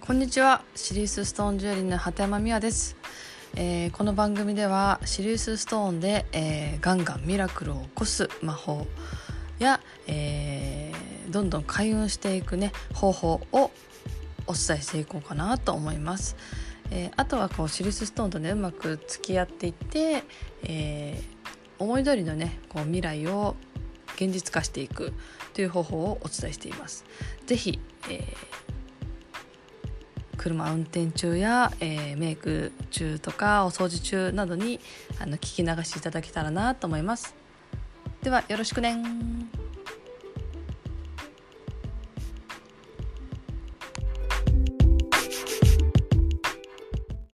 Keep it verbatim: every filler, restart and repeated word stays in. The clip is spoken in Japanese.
こんにちは。シリウスストーンジュエリーの鳩山美和です。えー、この番組ではシリウスストーンで、えー、ガンガンミラクルを起こす魔法や、えー、どんどん開運していく、ね、方法をお伝えしていこうかなと思います。えー、あとはこうシリウスストーンとねうまく付き合っていって、えー、思い通りのねこう未来を現実化していくという方法をお伝えしています。ぜひ、えー車運転中や、えー、メイク中とかお掃除中などにあの聞き流していただけたらなと思います。ではよろしくね。